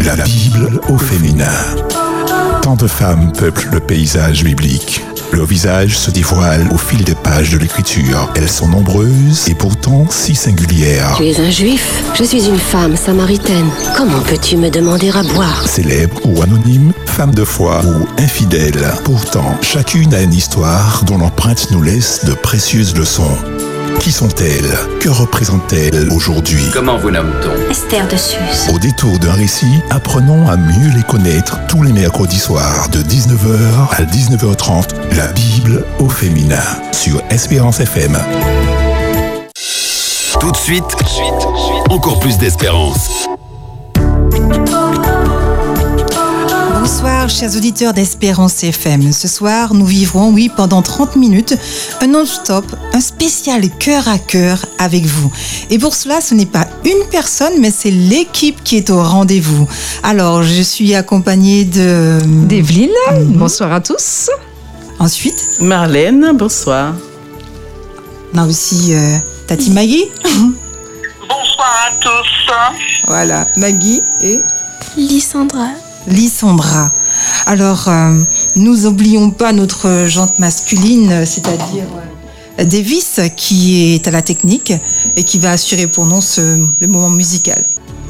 La Bible au féminin. Tant de femmes peuplent le paysage biblique. Leur visage se dévoile au fil des pages de l'Écriture. Elles sont nombreuses et pourtant si singulières. Tu es un juif, je suis une femme samaritaine. Comment peux-tu me demander à boire ? Célèbres ou anonymes, femmes de foi ou infidèles. Pourtant, chacune a une histoire dont l'empreinte nous laisse de précieuses leçons. Qui sont-elles ? Que représentent-elles aujourd'hui ? Comment vous nomme-t-on ? Esther de Suse. Au détour d'un récit, apprenons à mieux les connaître tous les mercredis soirs de 19h à 19h30. La Bible au féminin sur Espérance FM. Tout de suite, encore plus d'espérance. Bonsoir, chers auditeurs d'Espérance FM. Ce soir, nous vivrons, pendant 30 minutes, un non-stop, un spécial cœur à cœur avec vous. Et pour cela, ce n'est pas une personne, mais c'est l'équipe qui est au rendez-vous. Alors, je suis accompagnée d'Evelyne. Bonsoir à tous. Ensuite, Marlène, bonsoir. On a aussi Tati Maggie. Bonsoir à tous. Voilà, Maggie et Lysandra. Alors, nous n'oublions pas notre jante masculine, c'est-à-dire Davis, qui est à la technique et qui va assurer pour nous le moment musical.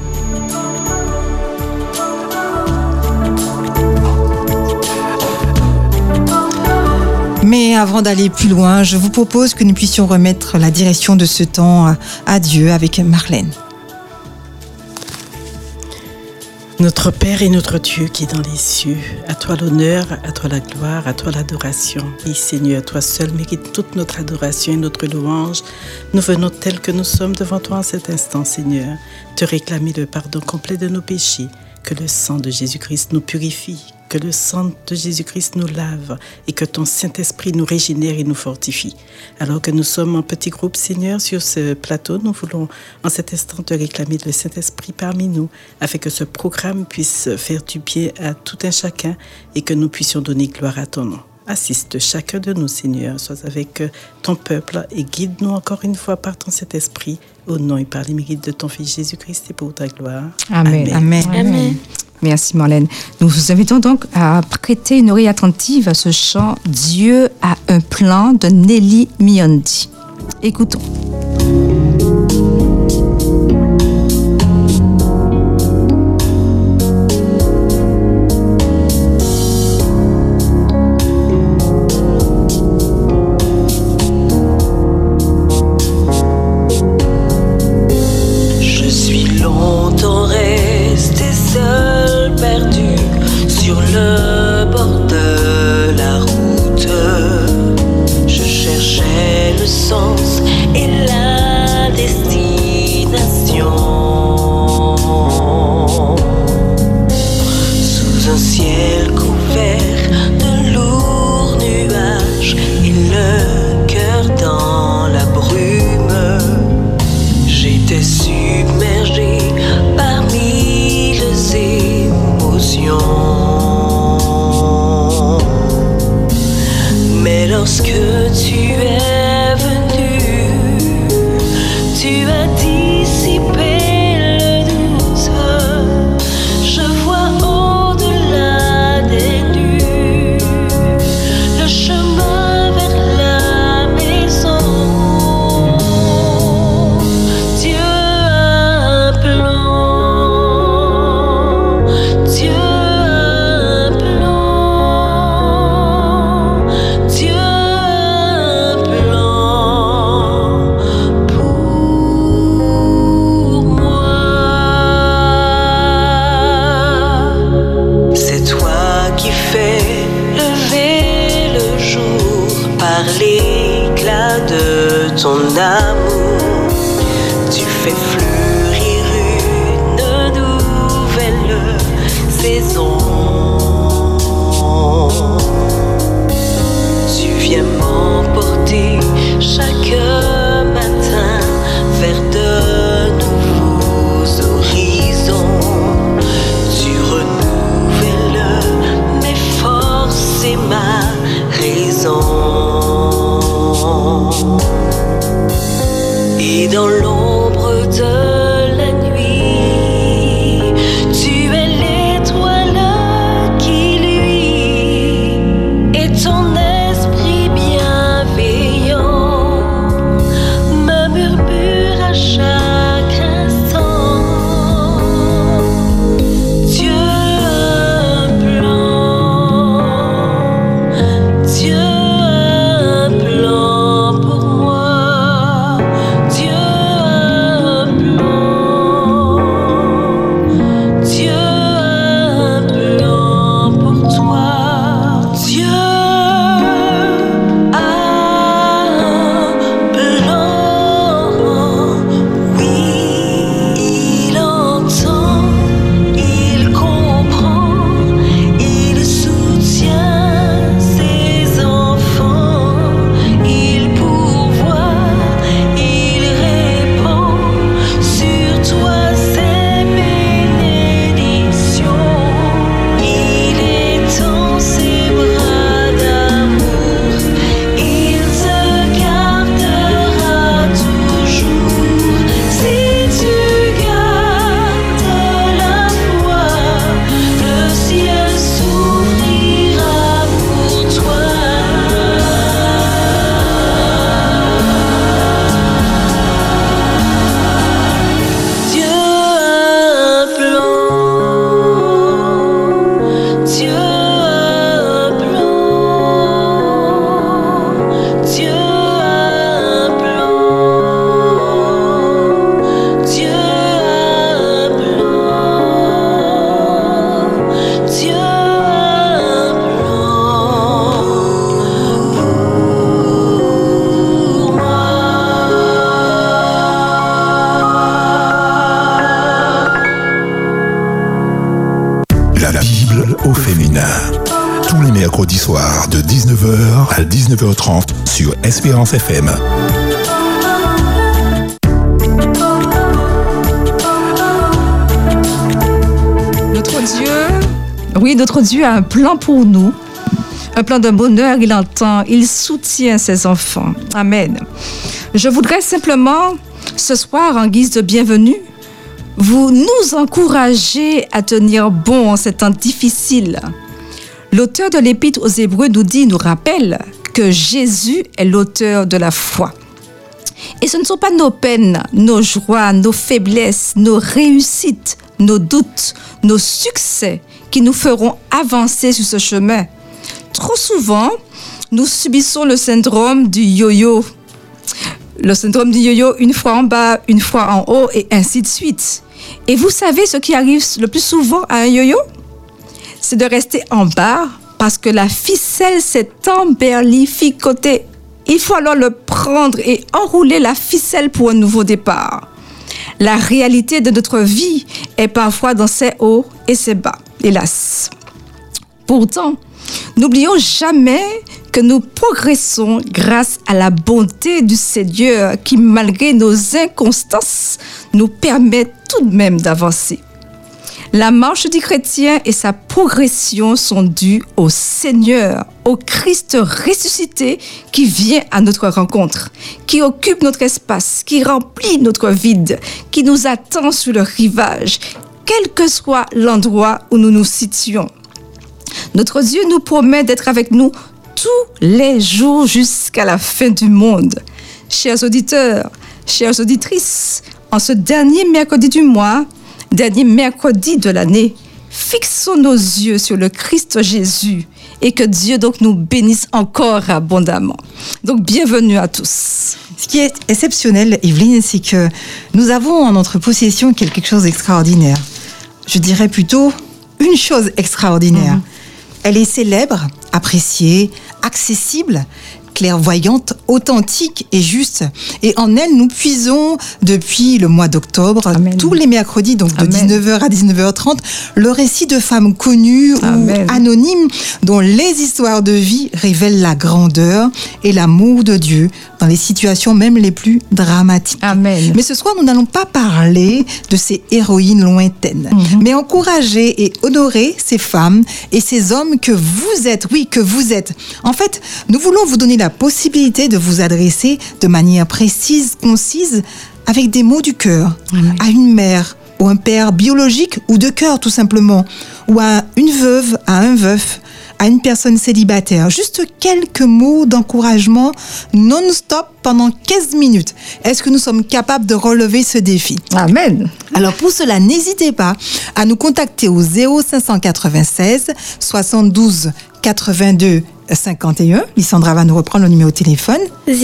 Mais avant d'aller plus loin, je vous propose que nous puissions remettre la direction de ce temps à Dieu avec Marlène. Notre Père et notre Dieu qui est dans les cieux, à toi l'honneur, à toi la gloire, à toi l'adoration. Et Seigneur, toi seul mérite toute notre adoration et notre louange. Nous venons tels que nous sommes devant toi en cet instant, Seigneur, te réclamer le pardon complet de nos péchés, que le sang de Jésus-Christ nous purifie, que le sang de Jésus-Christ nous lave et que ton Saint-Esprit nous régénère et nous fortifie. Alors que nous sommes en petit groupe, Seigneur, sur ce plateau, nous voulons en cet instant te réclamer le Saint-Esprit parmi nous, afin que ce programme puisse faire du bien à tout un chacun et que nous puissions donner gloire à ton nom. Assiste chacun de nous, Seigneur, sois avec ton peuple et guide-nous encore une fois par ton Saint-Esprit, au nom et par les mérites de ton Fils Jésus-Christ et pour ta gloire. Amen. Amen. Amen. Merci Marlène. Nous vous invitons donc à prêter une oreille attentive à ce chant « Dieu a un plan » de Nelly Miondi. Écoutons. Fais fleurir une nouvelle la Bible au féminin. Tous les mercredis soirs de 19h à 19h30 sur Espérance FM. Notre Dieu a un plan pour nous. Un plan de bonheur, il entend, il soutient ses enfants. Amen. Je voudrais simplement, ce soir, en guise de bienvenue, vous nous encourager à tenir bon en ces temps difficiles. L'auteur de l'Épître aux Hébreux nous rappelle que Jésus est l'auteur de la foi. Et ce ne sont pas nos peines, nos joies, nos faiblesses, nos réussites, nos doutes, nos succès qui nous feront avancer sur ce chemin. Trop souvent, nous subissons le syndrome du yo-yo. Le syndrome du yo-yo, une fois en bas, une fois en haut, et ainsi de suite. Et vous savez ce qui arrive le plus souvent à un yo-yo? C'est de rester en bas parce que la ficelle s'est emberlificotée. Il faut alors le prendre et enrouler la ficelle pour un nouveau départ. La réalité de notre vie est parfois dans ses hauts et ses bas, hélas. Pourtant, n'oublions jamais que nous progressons grâce à la bonté du Seigneur qui, malgré nos inconstances, nous permet tout de même d'avancer. La marche du chrétien et sa progression sont dues au Seigneur, au Christ ressuscité qui vient à notre rencontre, qui occupe notre espace, qui remplit notre vide, qui nous attend sur le rivage, quel que soit l'endroit où nous nous situons. Notre Dieu nous promet d'être avec nous tous les jours jusqu'à la fin du monde. Chers auditeurs, chères auditrices, en ce dernier mercredi du mois, dernier mercredi de l'année, fixons nos yeux sur le Christ Jésus et que Dieu donc nous bénisse encore abondamment. Donc bienvenue à tous. Ce qui est exceptionnel, Evelyne, c'est que nous avons en notre possession quelque chose d'extraordinaire. Je dirais plutôt une chose extraordinaire. Elle est célèbre, appréciée, accessible, clairvoyante, authentique et juste. Et en elle, nous puisons depuis le mois d'octobre, tous les mercredis, donc de 19h à 19h30, le récit de femmes connues ou anonymes dont les histoires de vie révèlent la grandeur et l'amour de Dieu dans les situations même les plus dramatiques. Amen. Mais ce soir, nous n'allons pas parler de ces héroïnes lointaines, mais encourager et honorer ces femmes et ces hommes que vous êtes. Oui, que vous êtes. En fait, nous voulons vous donner la possibilité de vous adresser de manière précise, concise, avec des mots du cœur, à une mère ou un père biologique ou de cœur tout simplement, ou à une veuve, à un veuf, à une personne célibataire. Juste quelques mots d'encouragement non-stop pendant 15 minutes. Est-ce que nous sommes capables de relever ce défi? Amen. Alors pour cela, n'hésitez pas à nous contacter au 0596 72 82 51. Lysandra va nous reprendre le numéro de téléphone.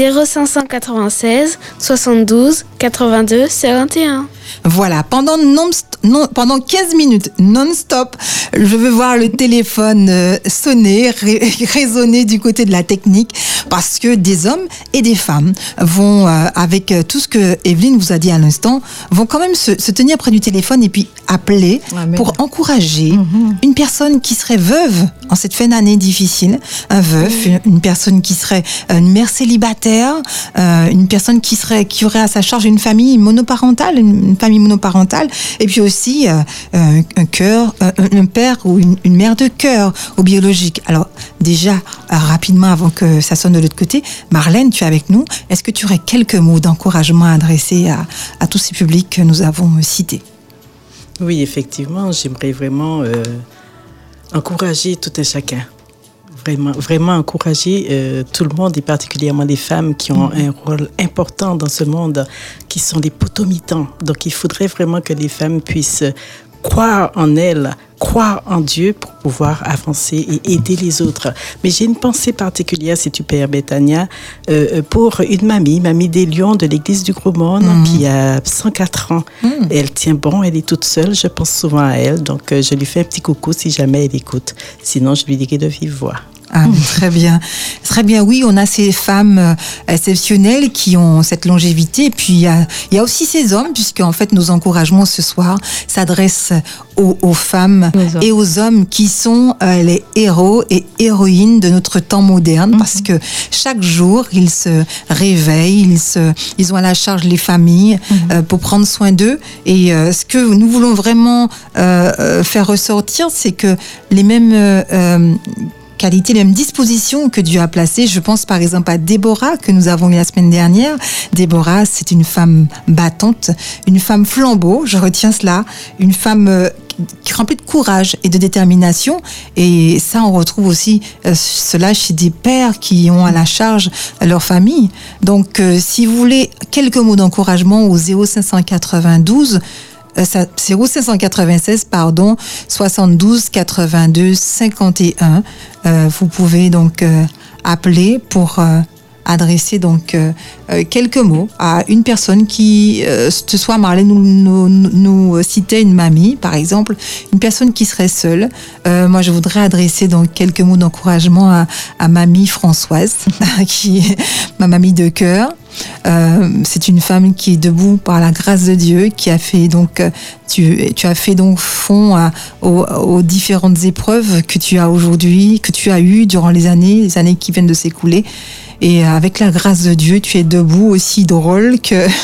0596 72 82 51. Voilà, pendant 15 minutes non-stop, je veux voir le téléphone sonner, résonner du côté de la technique, parce que des hommes et des femmes vont, avec tout ce que Evelyne vous a dit à l'instant, vont quand même se tenir près du téléphone et puis appeler pour encourager une personne qui serait veuve en cette fin d'année difficile, un veuf, une personne qui serait une mère célibataire, une personne qui aurait à sa charge une famille monoparentale, une famille monoparentale, et puis aussi un père ou une mère de cœur au biologique. Alors déjà, rapidement avant que ça sonne de l'autre côté, Marlène, tu es avec nous. Est-ce que tu aurais quelques mots d'encouragement à adresser à tous ces publics que nous avons cités? Oui, effectivement, j'aimerais vraiment encourager tout un chacun. Vraiment encourager tout le monde et particulièrement les femmes qui ont un rôle important dans ce monde, qui sont les potomitans. Donc il faudrait vraiment que les femmes puissent croire en elles, croire en Dieu pour pouvoir avancer et aider les autres. Mais j'ai une pensée particulière, si tu permets, Tania, pour une mamie des Lions de l'église du Gros Monde qui a 104 ans. Elle tient bon, elle est toute seule, je pense souvent à elle, donc je lui fais un petit coucou si jamais elle écoute. Sinon, je lui dirai de vive voix. Ah, très bien. Très bien, oui, on a ces femmes exceptionnelles qui ont cette longévité. Et puis, il y a aussi ces hommes, puisque en fait, nos encouragements ce soir s'adressent aux femmes et aux hommes qui sont les héros et héroïnes de notre temps moderne, parce que chaque jour, ils se réveillent, ils ont à la charge les familles pour prendre soin d'eux. Et ce que nous voulons vraiment faire ressortir, c'est que les mêmes qualité, les mêmes dispositions que Dieu a placées. Je pense par exemple à Déborah que nous avons eu la semaine dernière. Déborah, c'est une femme battante, une femme flambeau, je retiens cela, une femme qui est remplie de courage et de détermination. Et ça, on retrouve aussi cela chez des pères qui ont à la charge leur famille. Donc, si vous voulez quelques mots d'encouragement au 0592 0596 72 82 51. Vous pouvez donc appeler pour adresser donc quelques mots à une personne qui ce soir Marlène nous citait une mamie par exemple, une personne qui serait seule. Moi je voudrais adresser donc quelques mots d'encouragement à mamie Françoise qui est ma mamie de cœur. C'est une femme qui est debout par la grâce de Dieu, qui a fait donc tu as fait donc fond aux différentes épreuves que tu as aujourd'hui, que tu as eues durant les années qui viennent de s'écouler. Et avec la grâce de Dieu, tu es debout, aussi drôle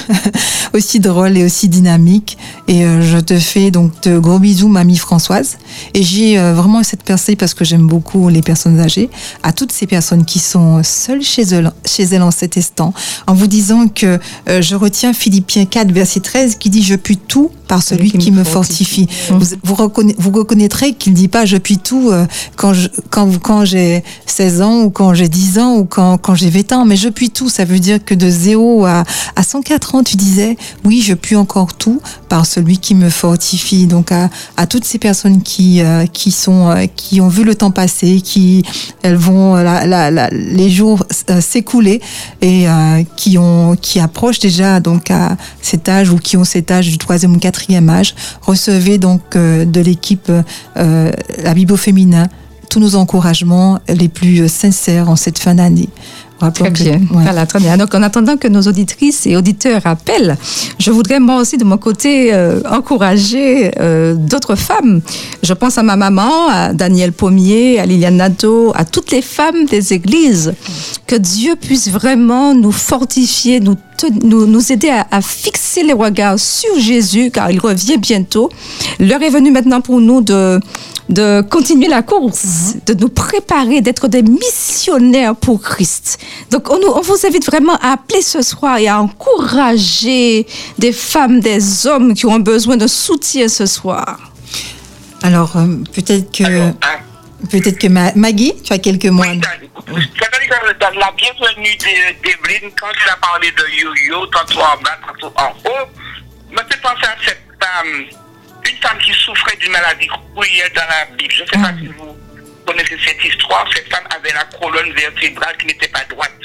et aussi dynamique. Et je te fais donc de gros bisous, mamie Françoise. Et j'ai vraiment cette pensée, parce que j'aime beaucoup les personnes âgées, à toutes ces personnes qui sont seules chez elles en cet instant, en vous disant que je retiens Philippiens 4, verset 13, qui dit « Je puis tout par celui qui me fortifie ». Vous reconnaîtrez qu'il ne dit pas « Je puis tout quand j'ai 16 ans ou quand j'ai 10 ans ou quand j'ai 20 ans », mais « Je puis tout », ça veut dire que de 0 à 104 ans, tu disais « Oui, je puis encore tout par celui qui me fortifie ». Donc à toutes ces personnes qui ont vu le temps passer, elles vont les jours s'écouler et qui approchent déjà donc à cet âge ou qui ont cet âge du 3e ou 4e âge, recevez donc de l'équipe la Bible au féminin tous nos encouragements les plus sincères en cette fin d'année. Très bien. Ouais. Voilà, très bien. Donc, en attendant que nos auditrices et auditeurs appellent, je voudrais moi aussi, de mon côté, encourager d'autres femmes. Je pense à ma maman, à Danielle Pommier, à Liliane Nadeau, à toutes les femmes des églises. Que Dieu puisse vraiment nous fortifier, nous aider à fixer les regards sur Jésus, car il revient bientôt. L'heure est venue maintenant pour nous de continuer la course, de nous préparer, d'être des missionnaires pour Christ. Donc, on vous invite vraiment à appeler ce soir et à encourager des femmes, des hommes qui ont besoin de soutien ce soir. Alors, peut-être que Maggie, tu as quelques mots. Oui, dans la bienvenue d'Evelyne, quand tu as parlé de yo-yo, tantôt en bas, tantôt en haut, me fait penser à cette une femme qui souffrait d'une maladie cruelle dans la Bible. Je ne sais pas si vous connaissez cette histoire. Cette femme avait la colonne vertébrale qui n'était pas droite.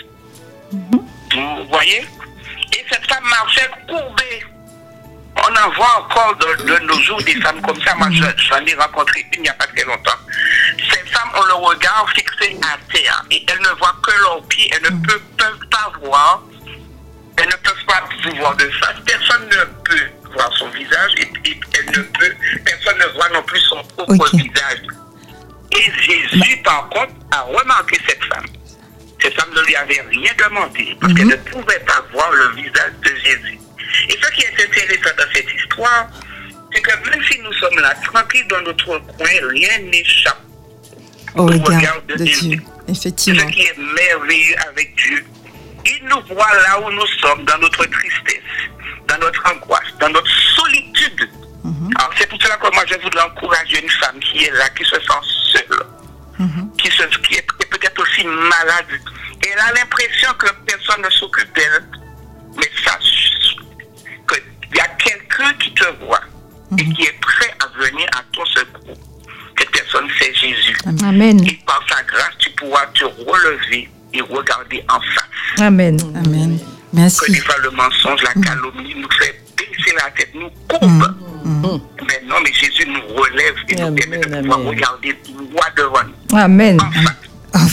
Vous voyez? Et cette femme marchait courbée. On en voit encore de nos jours des femmes comme ça. Moi, j'en ai rencontré une il n'y a pas très longtemps. Ces femmes ont le regard fixé à terre et elles ne voient que leurs pieds. Elles ne peuvent pas voir. Elles ne peuvent pas vous voir de face. Personne ne peut voir son visage et personne ne voit non plus son propre visage. Et Jésus, par contre, a remarqué cette femme. Cette femme ne lui avait rien demandé parce qu'elle ne pouvait pas voir le visage de Jésus. Et ce qui est intéressant dans cette histoire, c'est que même si nous sommes là, tranquilles dans notre coin, rien n'échappe au regard de Dieu. Effectivement. Ce qui est merveilleux avec Dieu, il nous voit là où nous sommes, dans notre tristesse, dans notre angoisse, dans notre solitude. Alors c'est pour cela que moi je voudrais encourager une femme qui est là, qui se sent seule, qui est peut-être aussi malade. Et elle a l'impression que personne ne s'occupe d'elle. Mais sache qu'il y a quelqu'un qui te voit et qui est prêt à venir à ton secours. Cette personne, c'est Jésus. Amen. Et par sa grâce, tu pourras te relever et regarder en face. Amen. Amen. Merci. Que des fois le mensonge, la calomnie nous fait baisser la tête, nous courbe. Mais non, mais Jésus nous relève et nous permet de pouvoir regarder droit devant nous. Amen. En face.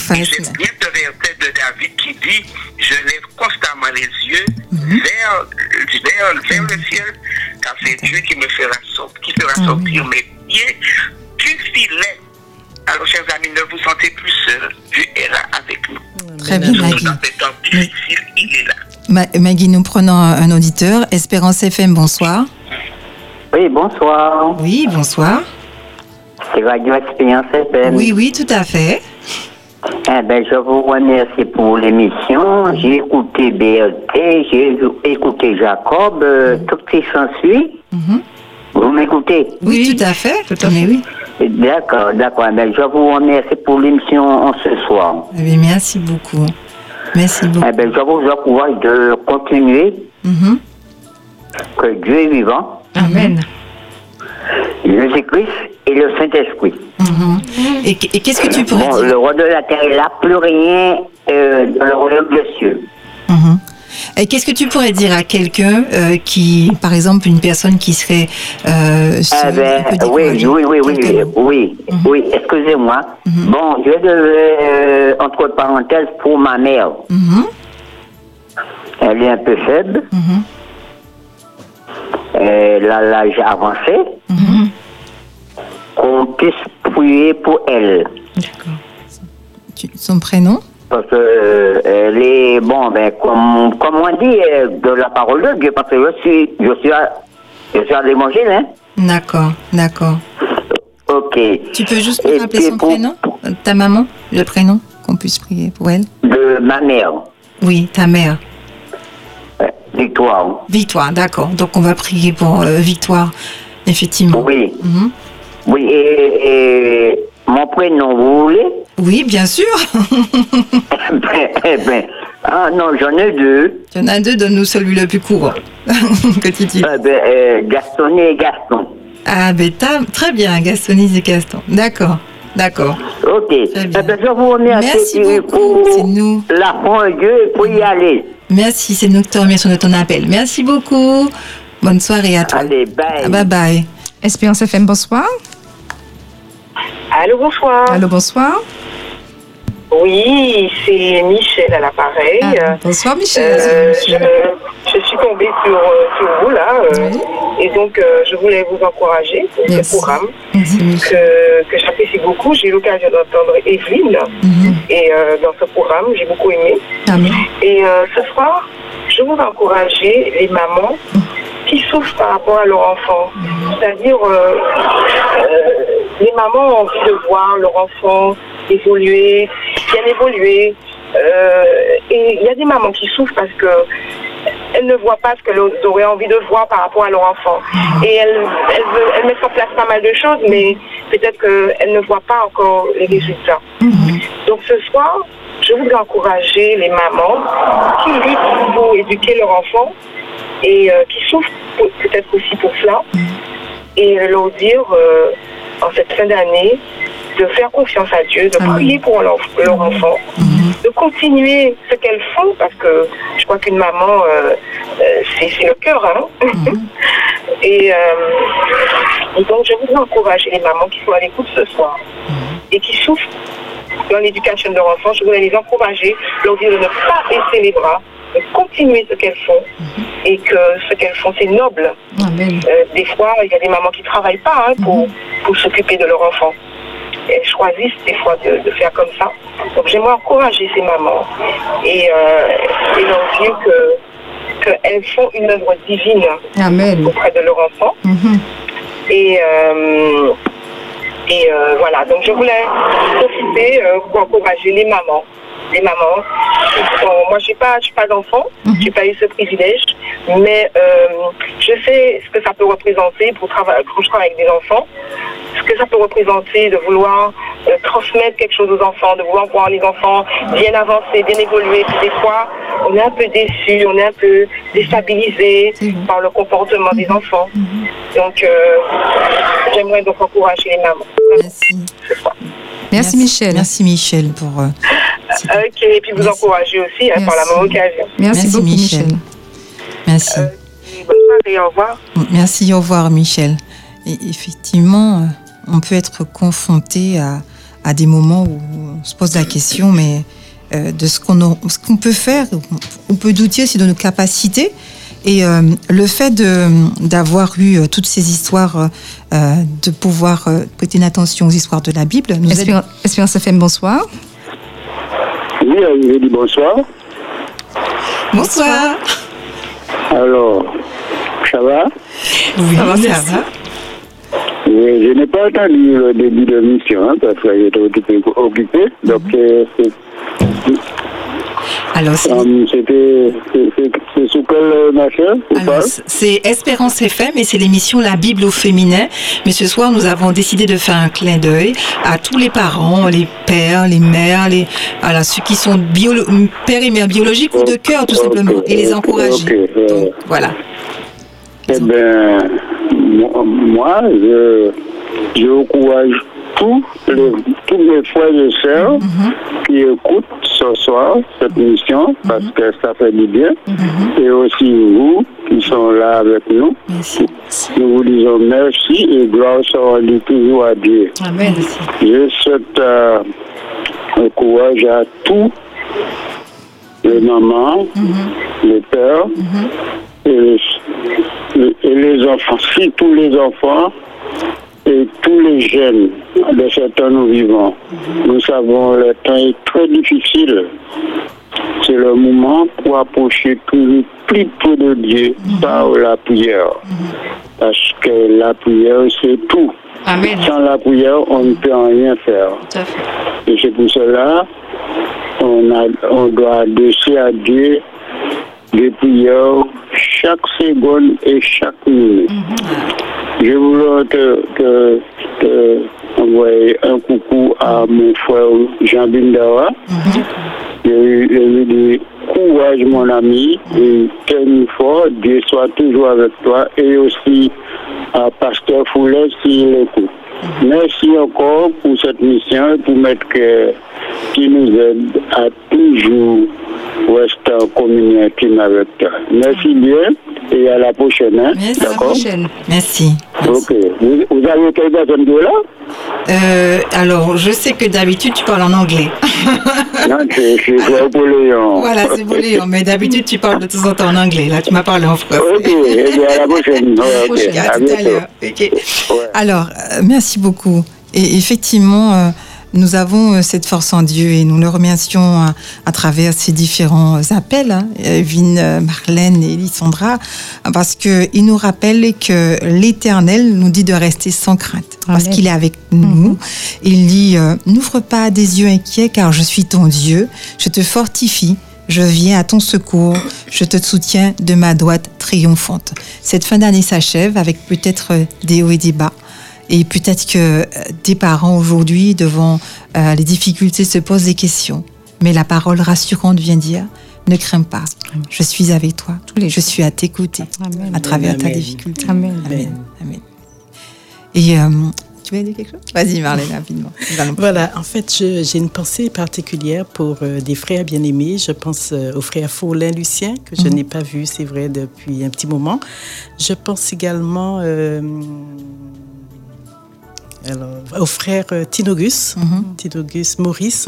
fasse. J'aime bien ce verset de David qui dit « Je lève constamment les yeux vers le ciel, car c'est Dieu qui me fera sortir mes pieds du filet. » Alors, chers amis, ne vous sentez plus seuls. Dieu est là avec nous. Très bien, Maggie. Dans ces temps difficiles, il est là. Maggie, nous prenons un auditeur. Espérance FM, bonsoir. Oui, bonsoir. Oui, bonsoir. C'est Radio Expérience FM. Oui, tout à fait. Je vous remercie pour l'émission. J'ai écouté BLT, j'ai écouté Jacob, tout ce qui s'ensuit. Vous m'écoutez? Oui, tout à fait. Mais oui. D'accord. Je vous remercie pour l'émission ce soir. Oui, merci beaucoup. Merci beaucoup. Je vous encourage de continuer. Que Dieu est vivant. Amen. Jésus-Christ et le Saint-Esprit. Et qu'est-ce que tu pourrais dire? Le roi de la terre est là, plus rien dans le royaume des cieux. Et qu'est-ce que tu pourrais dire à quelqu'un qui, par exemple, une personne qui serait oui, excusez-moi. Bon, je devais, entre parenthèses, pour ma mère. Elle est un peu faible. Elle a l'âge avancé. Qu'on puisse prier pour elle. D'accord. Son prénom? Parce que elle est, comme on dit, de la parole de Dieu, parce que je suis à l'évangile, hein. D'accord. Ok. Tu peux juste me rappeler son prénom? Ta maman? Le prénom? Qu'on puisse prier pour elle? De ma mère. Oui, ta mère. Victoire. Victoire, d'accord. Donc on va prier pour Victoire, effectivement. Oui. Oui, et mon prénom, vous voulez? Oui, bien sûr. Non, j'en ai deux. Il y en a deux, donne-nous celui le plus courant que tu dis. Gastonie et Gaston. Ah, très bien, Gastonie et Gaston. D'accord. Ok. Je vous remercie beaucoup. C'est nous. La foi de Dieu, pour y aller. Merci, c'est nous qui te remercions de ton appel. Merci beaucoup. Bonne soirée à toi. Allez, bye. Bye. Espérance FM, bonsoir. Allô, bonsoir. Allô, bonsoir. Oui, c'est Michel à l'appareil. Bonsoir, Michel. Je suis tombée sur vous, là. Et donc, je voulais vous encourager pour ce programme que j'apprécie beaucoup. J'ai eu l'occasion d'entendre Evelyne. Et dans ce programme, j'ai beaucoup aimé. Amen. Et ce soir, je veux encourager les mamans qui souffrent par rapport à leur enfant. C'est-à-dire, les mamans ont envie de voir leur enfant évoluer, bien évoluer. Et il y a des mamans qui souffrent parce que elles ne voient pas ce qu'elles auraient envie de voir par rapport à leur enfant. Et elles mettent en place pas mal de choses, mais peut-être qu'elles ne voient pas encore les résultats. Donc ce soir, je voudrais encourager les mamans qui luttent pour éduquer leur enfant et qui souffrent peut-être aussi pour cela. Et leur dire, en cette fin d'année, de faire confiance à Dieu, de prier pour leur enfant, de continuer ce qu'elles font, parce que je crois qu'une maman, c'est le cœur. Hein? Et donc, je voudrais encourager les mamans qui sont à l'écoute ce soir et qui souffrent dans l'éducation de leur enfant. Je voudrais les encourager, leur dire de ne pas baisser les bras, de continuer ce qu'elles font et que ce qu'elles font, c'est noble. Des fois, il y a des mamans qui ne travaillent pas pour s'occuper de leur enfant. Elles choisissent des fois de faire comme ça. Donc j'aimerais encourager ces mamans et leur dire qu'elles font une œuvre divine auprès de leur enfant. Et voilà, donc je voulais profiter pour encourager les mamans. Les mamans qui sont... Moi, je n'ai pas d'enfant, je n'ai pas eu ce privilège, mais je sais ce que ça peut représenter quand je travaille avec des enfants, ce que ça peut représenter de vouloir transmettre quelque chose aux enfants, de vouloir voir les enfants bien avancer, bien évoluer. Puis des fois, on est un peu déçus, on est un peu déstabilisés par le comportement des enfants. Donc, j'aimerais donc encourager les mamans. Merci Michel. Merci Michel pour... Ok, et puis vous encourager aussi par la même occasion. Merci beaucoup Michel. Merci. Bonne soirée, au revoir. Merci, au revoir Michel. Et effectivement, on peut être confronté à des moments où on se pose la question, mais de ce qu'on peut faire, on peut douter aussi de nos capacités. Et le fait d'avoir eu toutes ces histoires, de pouvoir prêter une attention aux histoires de la Bible, nous aide. Espérance FM, bonsoir. Oui, je dis bonsoir. Bonsoir. Alors, ça va? Oui, ça va. Oui, je n'ai pas entendu le début de l'émission parce que j'étais occupé. Donc, alors, c'est sous quelle machin? Alors, c'est Espérance FM et c'est l'émission La Bible au féminin. Mais ce soir, nous avons décidé de faire un clin d'œil à tous les parents, les pères, les mères, ceux qui sont pères et mères biologiques ou de cœur, tout simplement, et les encourager. Donc, voilà. Eh bien, moi, je encourage tous mes frères et sœurs qui écoutent ce soir cette émission parce que ça fait du bien. Et aussi vous qui sont là avec nous. Merci. Nous vous disons merci et gloire soit rendue toujours à Dieu. Amen. Je souhaite un courage à tous les mamans, les pères et les enfants, si tous les enfants et tous les jeunes de ce temps nous vivons. Nous savons le temps est très difficile. C'est le moment pour approcher toujours plus près de Dieu par la prière. Parce que la prière, c'est tout. Amen. Sans la prière, on ne peut rien faire. Tout à fait. Et c'est pour cela on doit adresser à Dieu des prières chaque seconde et chaque minute. Je voulais te envoyer un coucou à mon frère Jean Bindawa. Je lui dis courage mon ami, et tiens fort, Dieu soit toujours avec toi, et aussi à Pasteur Foulet s'il écoute. Merci encore pour cette mission, pour mettre qui nous aide à toujours rester en communion intime avec toi. Merci bien et à la prochaine. Hein? Merci. D'accord? À la prochaine. Merci. Ok. Vous avez quelle personne de là? Alors, je sais que d'habitude, tu parles en anglais. Non, c'est Napoléon. Voilà, c'est Napoléon. Mais d'habitude, tu parles de temps en temps en anglais. Là, tu m'as parlé en français. Ok, et bien à la prochaine. Okay. À tout à l'heure. Okay. Ouais. Alors, merci beaucoup. Et effectivement, nous avons cette force en Dieu et nous le remercions à travers ces différents appels, Evelyne, Marlène et Lysandra, parce qu'ils nous rappellent que l'Éternel nous dit de rester sans crainte, parce qu'il est avec nous. Il dit, n'ouvre pas des yeux inquiets car je suis ton Dieu, je te fortifie. Je viens à ton secours, je te soutiens de ma droite triomphante. Cette fin d'année s'achève avec peut-être des hauts et des bas. Et peut-être que des parents aujourd'hui, devant les difficultés, se posent des questions. Mais la parole rassurante vient dire, ne crains pas, je suis avec toi, je suis à tes côtés, à travers ta difficulté. Amen. Amen. Amen. Et tu veux dire quelque chose? Vas-y Marlène, rapidement. Voilà, en fait, j'ai une pensée particulière pour des frères bien-aimés. Je pense au frère Fourlin Lucien, que je n'ai pas vu, c'est vrai, depuis un petit moment. Je pense également au frère Tinogus, Tinogus Maurice,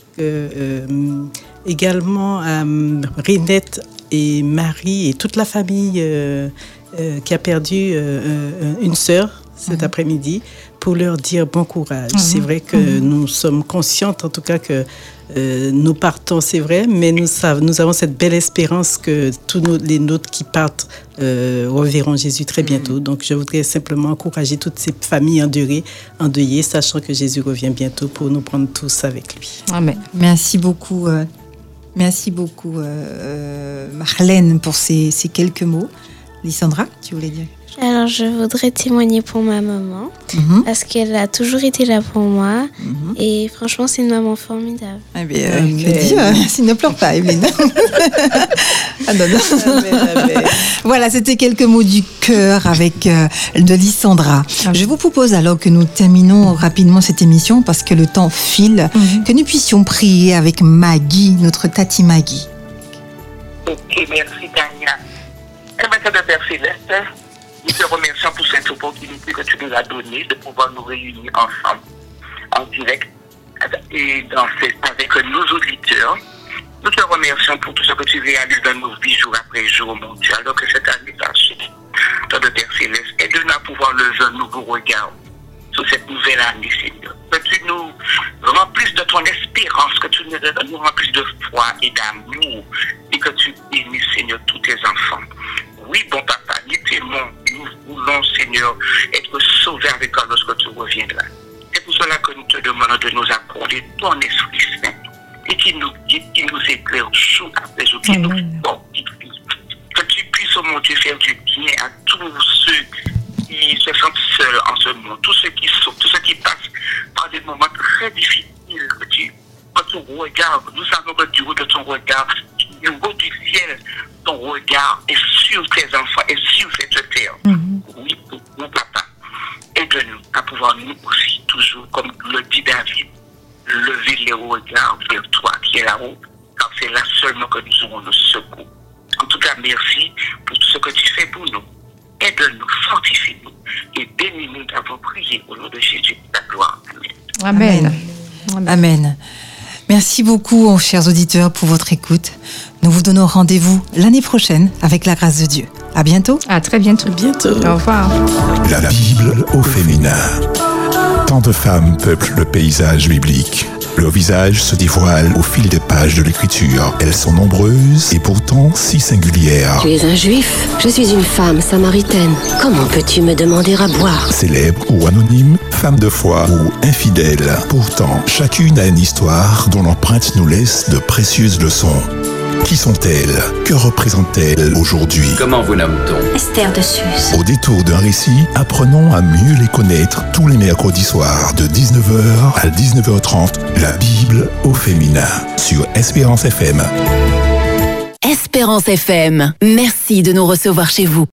également à Renette et Marie et toute la famille qui a perdu une sœur cet après-midi, pour leur dire bon courage. C'est vrai que nous sommes conscientes, en tout cas, que nous partons, c'est vrai, mais nous avons cette belle espérance que tous les nôtres qui partent reverront Jésus très bientôt. Donc, je voudrais simplement encourager toutes ces familles endeuillées, sachant que Jésus revient bientôt pour nous prendre tous avec lui. Amen. Merci beaucoup. Merci beaucoup, Marlène, pour ces quelques mots. Lysandra, tu voulais dire? Alors, je voudrais témoigner pour ma maman, parce qu'elle a toujours été là pour moi, et franchement, c'est une maman formidable. Eh bien, ne pleure pas, Evelyne. Voilà, c'était quelques mots du cœur avec de Lysandra. Je vous propose alors que nous terminons rapidement cette émission, parce que le temps file, que nous puissions prier avec Maggie, notre Tati Maggie. Ok, merci Tania. Ambassadeur Père Céleste, nous te remercions pour cette opportunité que tu nous as donnée de pouvoir nous réunir ensemble, en direct, avec nos auditeurs. Nous te remercions pour tout ce que tu réalises dans nos vies jour après jour, mon Dieu. Alors que cette année passée, toi de Père Céleste, aide-nous à pouvoir lever un nouveau regard sur cette nouvelle année, Seigneur. Que tu nous remplisses de ton espérance, que tu nous remplisses de foi et d'amour, et que tu bénisses, Seigneur, tous tes enfants. Oui, bon papa, nous t'aimons, nous voulons, Seigneur, être sauvés avec toi lorsque tu reviendras. C'est pour cela que nous te demandons de nous accorder ton Esprit Saint et qui nous guide, qui nous éclaire jour après jour, qui nous fortifie. Que tu puisses, oh mon Dieu, faire du bien à tous ceux qui se sentent seuls en ce moment, tous ceux qui souffrent, tous ceux qui passent par des moments très difficiles, quand tu regardes, nous savons que du haut de ton regard, du haut du ciel, ton regard est sur tes enfants et sur cette terre. Oui, mon papa, aide-nous à pouvoir nous aussi, toujours, comme le dit David, lever les regards vers toi qui est là-haut, car c'est là seulement que nous aurons le secours. En tout cas, merci pour tout ce que tu fais pour nous. Aide-nous, fortifie-nous et bénis-nous d'avoir prié au nom de Jésus. La gloire. Amen. Amen. Amen. Merci beaucoup, chers auditeurs, pour votre écoute. Nous vous donnons rendez-vous l'année prochaine avec la grâce de Dieu. À bientôt. À très bientôt. Bientôt. Au revoir. La Bible au féminin. Tant de femmes peuplent le paysage biblique. Leur visage se dévoile au fil des pages de l'Écriture. Elles sont nombreuses et pourtant si singulières. Tu es un juif, je suis une femme samaritaine. Comment peux-tu me demander à boire? Célèbres ou anonymes, femmes de foi ou infidèles. Pourtant, chacune a une histoire dont l'empreinte nous laisse de précieuses leçons. Qui sont-elles? Que représentent-elles aujourd'hui? Comment vous nomme-t-on? Esther de Suse. Au détour d'un récit, apprenons à mieux les connaître tous les mercredis soirs de 19h à 19h30. La Bible au féminin sur Espérance FM. Espérance FM, merci de nous recevoir chez vous.